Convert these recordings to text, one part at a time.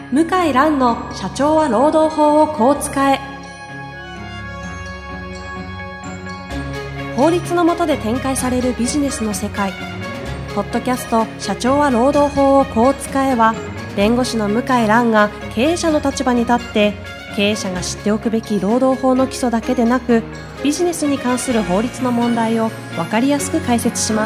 向井蘭の社長は労働法をこう使え。法律の下で展開されるビジネスの世界。ポッドキャスト社長は労働法をこう使えは、弁護士の向井蘭が経営者の立場に立って経営者が知っておくべき労働法の基礎だけでなく、ビジネスに関する法律の問題を分かりやすく解説します。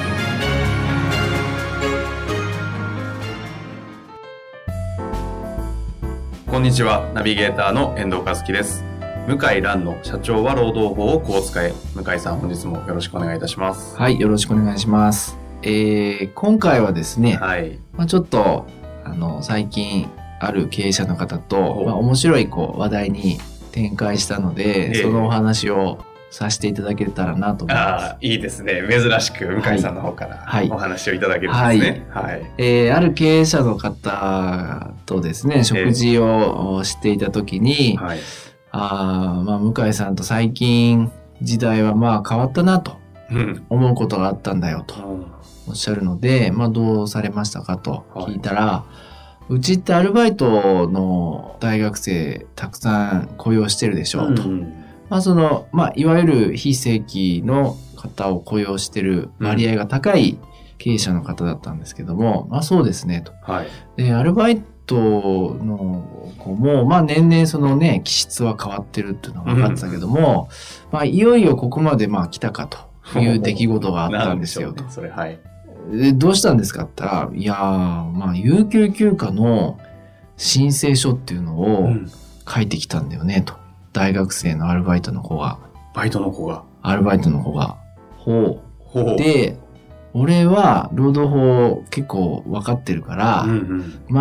こんにちは、ナビゲーターの遠藤和樹です。向井蘭の社長は労働法をこう使え。向井さん、本日もよろしくお願いいたします。 はい、よろしくお願いします。今回はですね、 はい、 ちょっと最近ある経営者の方と、面白い話題に展開したので、そのお話をさせていただけたらなと思います。 いいですね。珍しく向井さんの方からお話をいただけるんですね。 ある経営者の方とですね、食事をしていた時に、向井さんと最近時代は変わったなと思うことがあったんだよとおっしゃるので、どうされましたかと聞いたら、うちってアルバイトの大学生たくさん雇用してるでしょうと。いわゆる非正規の方を雇用してる割合が高い経営者の方だったんですけども、そうですねと。で、アルバイトの子も、年々気質は変わってるっていうのが分かってたけども、いよいよここまで来たかという出来事があったんですよと。で、どうしたんですかって言ったら、いやー、有給休暇の申請書っていうのを書いてきたんだよねと。大学生のアルバイトの子が。アルバイトの子が。で、俺は労働法結構分かってるから、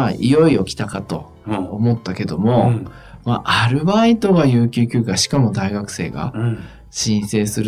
いよいよ来たかと思ったけども、アルバイトが有給休暇、しかも大学生が申請するって、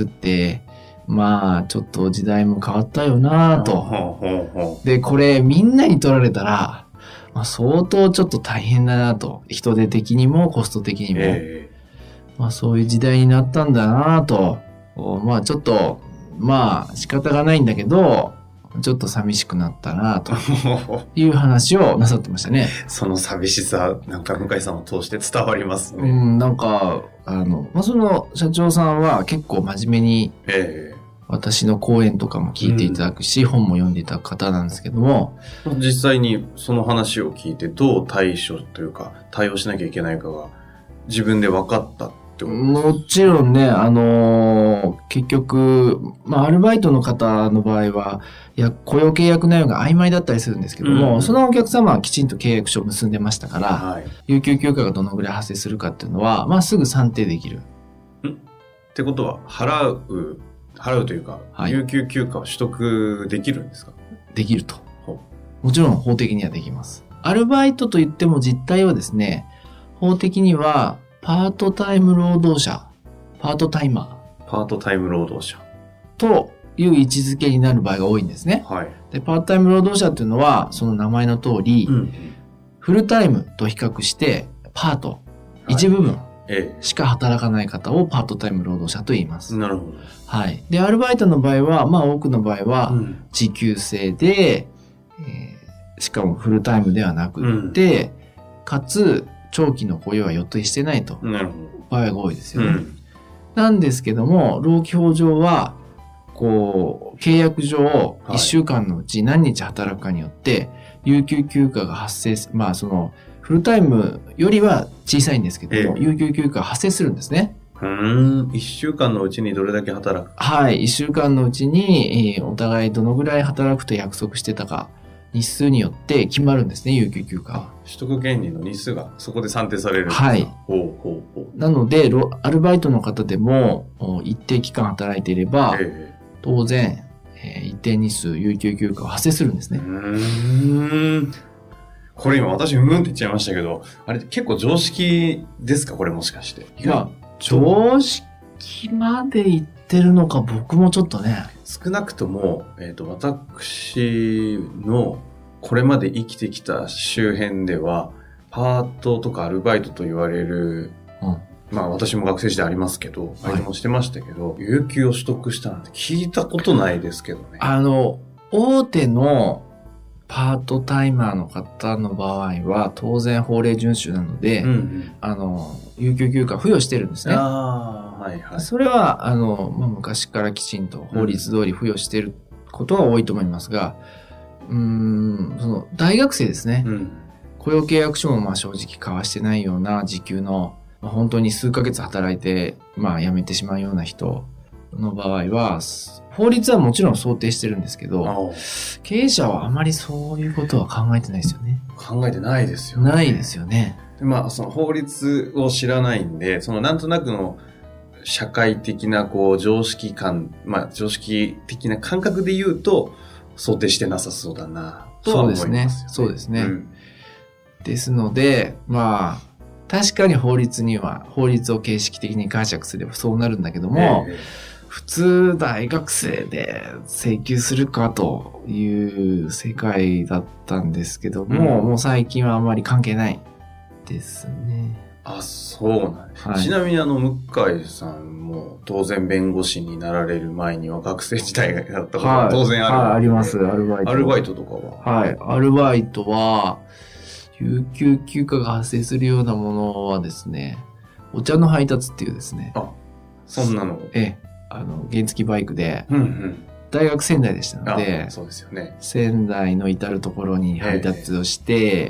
ちょっと時代も変わったよなと。で、これみんなに取られたら、相当ちょっと大変だなと。人手的にもコスト的にも。そういう時代になったんだなと。ちょっと、仕方がないんだけど、ちょっと寂しくなったなという話をなさってましたね。 その寂しさ、向井さんを通して伝わりますね。 その社長さんは結構真面目に、私の講演とかも聞いていただくし、本も読んでいた方なんですけども、 実際にその話を聞いてどう対処というか対応しなきゃいけないかが自分で分かったってことですか？ もちろんね、結局、アルバイトの方の場合は、雇用契約内容が曖昧だったりするんですけども、そのお客様はきちんと契約書を結んでましたから、有給休暇がどのぐらい発生するかっていうのは、すぐ算定できる。 ってことは、払うというか、有給休暇を取得できるんですか？ できると。もちろん法的にはできます。アルバイトといっても実態はですね、法的にはパートタイム労働者、パートタイマーという位置づけになる場合が多いんですね。で、パートタイム労働者っていうのは、その名前の通り、フルタイムと比較してパート、一部分しか働かない方をパートタイム労働者と言います。 なるほど。 で、アルバイトの場合は、多くの場合は、時給制で、しかもフルタイムではなくって、かつ、長期の雇用は予定してないと。場合が多いですよね。なんですけども、労基法上は、契約上、1週間のうち何日働くかによって、有給休暇が発生フルタイムよりは小さいんですけども、有給休暇が発生するんですね。 1週間のうちにどれだけ働く？ 1週間のうちに、お互いどのぐらい働くと約束してたか、日数によって決まるんですね、有給休暇は。 取得権利の日数がそこで算定されるんですか？ なので、アルバイトの方でも、一定期間働いていれば、当然、一定日数有給休暇が発生するんですね。 これ今私って言っちゃいましたけど、あれ結構常識ですか？これもしかして。 常識まで言ってるのか僕もちょっとね。 少なくとも、私のこれまで生きてきた周辺では、パートとかアルバイトと言われる、私も学生時代ありますけど、バイトもしてましたけど、有給を取得したなんて聞いたことないですけどね。 大手のパートタイマーの方の場合は当然法令遵守なので、有給休暇付与してるんですね。 はいはい、 それは昔からきちんと法律通り付与していることが多いと思いますが、その大学生ですね、雇用契約書も正直交わしてないような時給の本当に数ヶ月働いて辞めてしまうような人の場合は法律はもちろん想定してるんですけど、経営者はあまりそういうことは考えてないですよね。 考えてないですよね。 ないですよね。 でその法律を知らないんで、なんとなくの社会的な常識感、常識的な感覚で言うと想定してなさそうだなとは思いますよね。 そうですね。ですので、確かに法律を形式的に解釈すればそうなるんだけども、普通大学生で請求するかという世界だったんですけども、もう最近はあまり関係ないですね。 そうなんです、ちなみに向井さんも当然弁護士になられる前には学生時代だったことは当然ある、 あります。アルバイトとかはアルバイトは有給休暇が発生するようなものはですね、お茶の配達っていうですね。 そんなの原付バイクで、大学仙台でしたので、 そうですよね。 仙台の至るところに配達をして、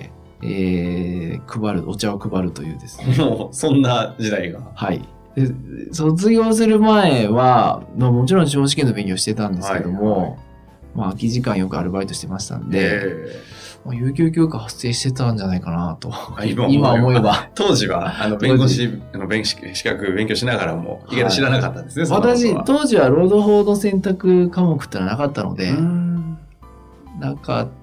お茶を配るというですね。 もう、そんな時代が。 で卒業する前は、もちろん司法試験の勉強してたんですけども、空き時間よくアルバイトしてましたんで、有給休暇発生してたんじゃないかなと。今思えば。 当時は、弁護士の資格勉強しながらも、意外と知らなかったんですね、 当時は労働法の選択科目ってのはなかったので、なかった。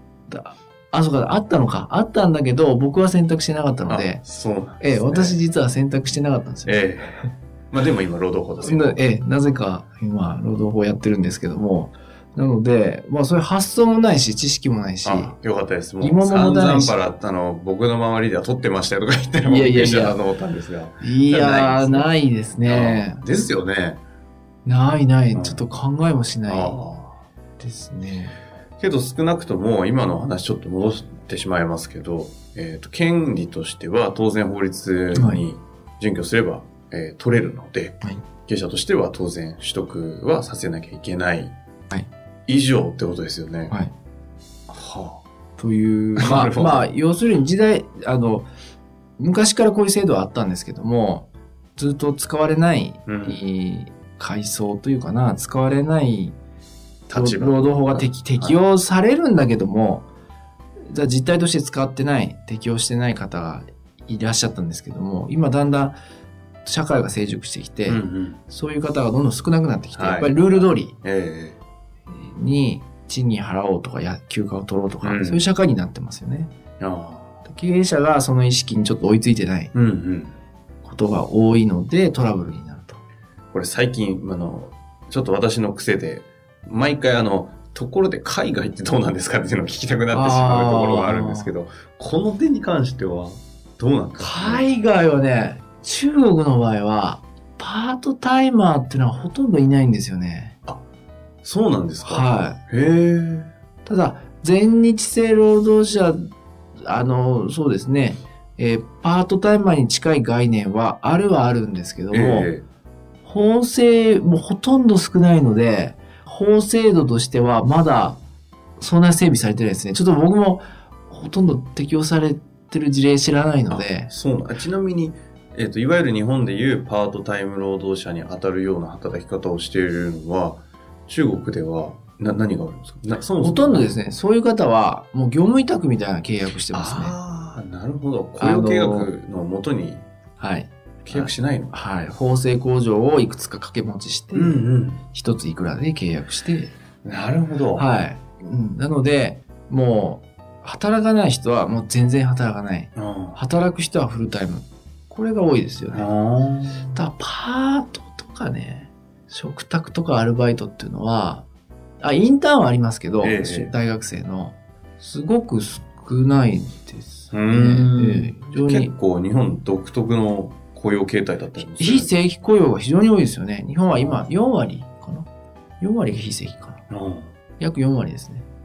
そうか、あったのか。あったんだけど、僕は選択してなかったので、 そうなんですね。 私実は選択してなかったんですよ。 でも今、労働法ですよ。 なぜか今、労働法やってるんですけども、なので、そういう発想もないし、知識もないし。 よかったです。もう、散々パラ僕の周りでは取ってましたよとか言ってるもんでしょだと思ったんですが。 ないですね。 ですよね。 ない。ちょっと考えもしないですね。 けど少なくとも、今の話ちょっと戻ってしまいますけど、権利としては当然法律に準拠すれば、取れるので、経営者としては当然取得はさせなきゃいけない。以上ってことですよね。 という、要するに時代、昔からこういう制度はあったんですけども、ずっと使われない、階層というかな、使われない労働法が適用されるんだけども、じゃあ実態として使ってない、適用してない方がいらっしゃったんですけども、今だんだん社会が成熟してきて、そういう方がどんどん少なくなってきて、やっぱりルール通りに賃金払おうとか休暇を取ろうとか、そういう社会になってますよね。経営者がその意識にちょっと追いついてないことが多いのでトラブルになると。 これ最近ちょっと私の癖で毎回ところで海外ってどうなんですかっていうのを聞きたくなってしまうところがあるんですけど、この点に関してはどうなんですかね。 海外はね、中国の場合はパートタイマーっていうのはほとんどいないんですよね。 そうなんですか。 ただ全日制労働者、そうですね、パートタイマーに近い概念はあるはあるんですけども、法制もほとんど少ないので、法制度としてはまだそんな整備されてないですね。ちょっと僕もほとんど適用されてる事例知らないので。 ちなみに、いわゆる日本でいうパートタイム労働者に当たるような働き方をしているのは、中国では何があるんですか？ ほとんどですね、そういう方はもう業務委託みたいな契約してますね。 なるほど。雇用契約のもとに契約しないの？ 縫製工場をいくつか掛け持ちして、一ついくらで契約して。 なるほど。 なので、もう働かない人はもう全然働かない。働く人はフルタイム。これが多いですよね。ただパートとかね、嘱託とかアルバイトっていうのは、インターンはありますけど、大学生の、すごく少ないですね。 結構日本独特の雇用形態だったりもする。 非正規雇用が非常に多いですよね。日本は今4割かな ?4 割が非正規かな。約4割ですね。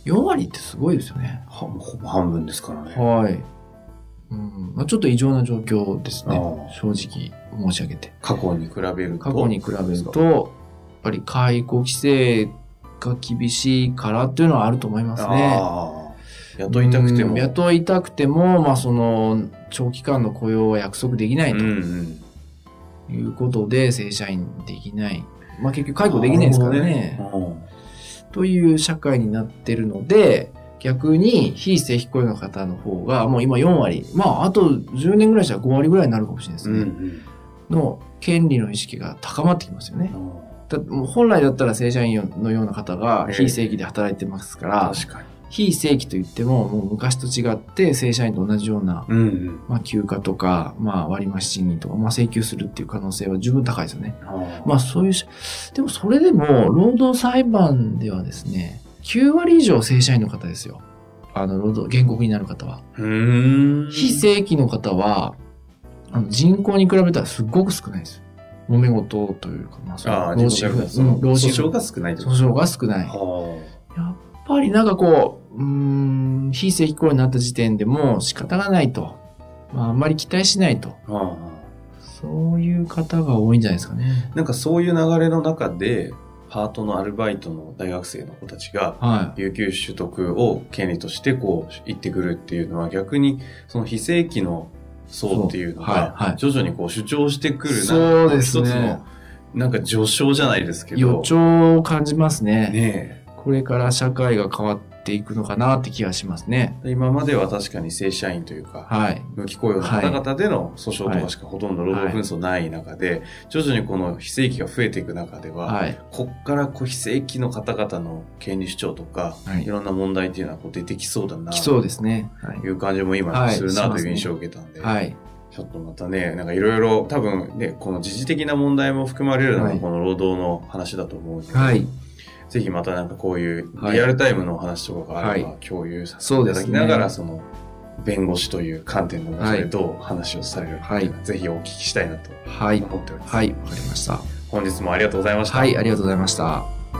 4割ってすごいですよね。 ほぼ半分ですからね。 はい。ちょっと異常な状況ですね。正直申し上げて。 過去に比べると、 やっぱり解雇規制が厳しいからっていうのはあると思いますね。 雇いたくても、その長期間の雇用は約束できないということで、正社員できない。結局解雇できないですからね。という社会になってるので、逆に非正規雇用の方の方が、もう今4割、あと10年ぐらいしたら5割ぐらいになるかもしれないですね。の権利の意識が高まってきますよね。本来だったら正社員のような方が非正規で働いてますから、 確かに非正規といっても、もう昔と違って正社員と同じような、休暇とか、割増賃金とか、請求するっていう可能性は十分高いですよね。そういう、でもそれでも、労働裁判ではですね、9割以上正社員の方ですよ。原告になる方は。非正規の方は、人口に比べたらすごく少ないです。揉め事というか、 労使訴訟が少ない。 訴訟が少ない。やっぱり非正規雇用になった時点でも仕方がないと。あんまり期待しないと。そういう方が多いんじゃないですかね。 そういう流れの中で、パートのアルバイトの大学生の子たちが、有給取得を権利として行ってくるっていうのは、逆にその非正規の層っていうのが、徐々に主張してくるそうですね。 一つの、序章じゃないですけど。 予兆を感じますね。これから社会が変わっていくのかなって気がしますね。 今までは確かに正社員というか、無期雇用の方々での訴訟とかしかほとんど労働紛争ない中で、徐々にこの非正規が増えていく中では、こっから非正規の方々の権利主張とか、いろんな問題っていうのは出てきそうだなそうですね。 いう感じも今するなという印象を受けたんで、ちょっとまたね、いろいろ多分ね、この時事的な問題も含まれるのがこの労働の話だと思うので、ぜひまたこういうリアルタイムのお話とかがあれば共有させていただきながら、その弁護士という観点の中でどう話をされるか、ぜひお聞きしたいなと思っております。 わかりました。 本日もありがとうございました。 ありがとうございました。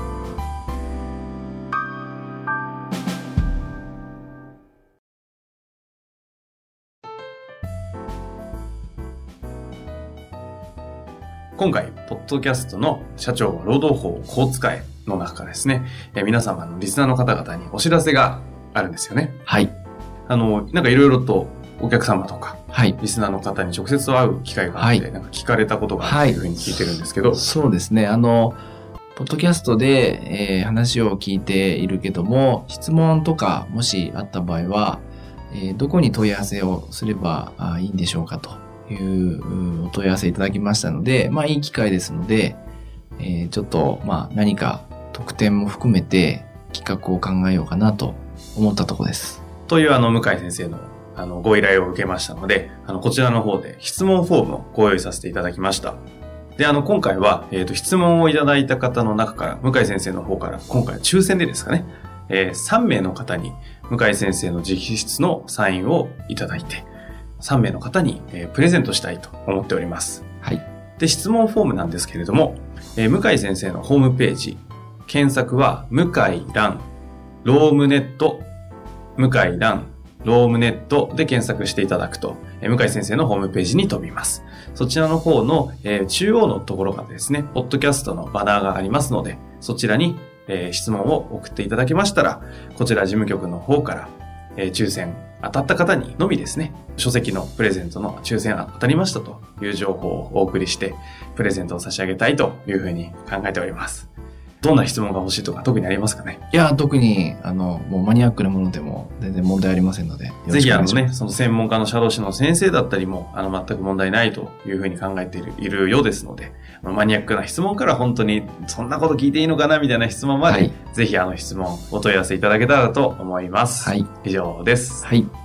今回、ポッドキャストの社長は労働法をこう使えの中からですね、皆様のリスナーの方々にお知らせがあるんですよね。いろいろとお客様とか、リスナーの方に直接会う機会があって、聞かれたことがあるというふうに聞いてるんですけど。 そうですね。ポッドキャストで、話を聞いているけども、質問とかもしあった場合は、どこに問い合わせをすればいいんでしょうかというお問い合わせいただきましたので、いい機会ですので、ちょっと何か特典も含めて企画を考えようかなと思ったところです。 という向井先生のご依頼を受けましたので、こちらの方で質問フォームをご用意させていただきました。で、今回は、質問をいただいた方の中から、向井先生の方から、今回抽選でですかね、3名の方に向井先生の直筆のサインをいただいて、3名の方に、プレゼントしたいと思っております。で、質問フォームなんですけれども、向井先生のホームページ、検索は、向井蘭、ロームネット、向井蘭、ロームネットで検索していただくと、向井先生のホームページに飛びます。そちらの方の、中央のところがですね、ポッドキャストのバナーがありますので、そちらに、質問を送っていただけましたら、こちら事務局の方から、抽選当たった方にのみですね、書籍のプレゼントの抽選当たりましたという情報をお送りして、プレゼントを差し上げたいというふうに考えております。どんな質問が欲しいとか特にありますかね？ いや、特に、もうマニアックなものでも全然問題ありませんので。 ぜひその専門家の社労士の先生だったりも、全く問題ないというふうに考えているようですので、マニアックな質問から本当にそんなこと聞いていいのかなみたいな質問まで、ぜひ質問お問い合わせいただけたらと思います。以上です。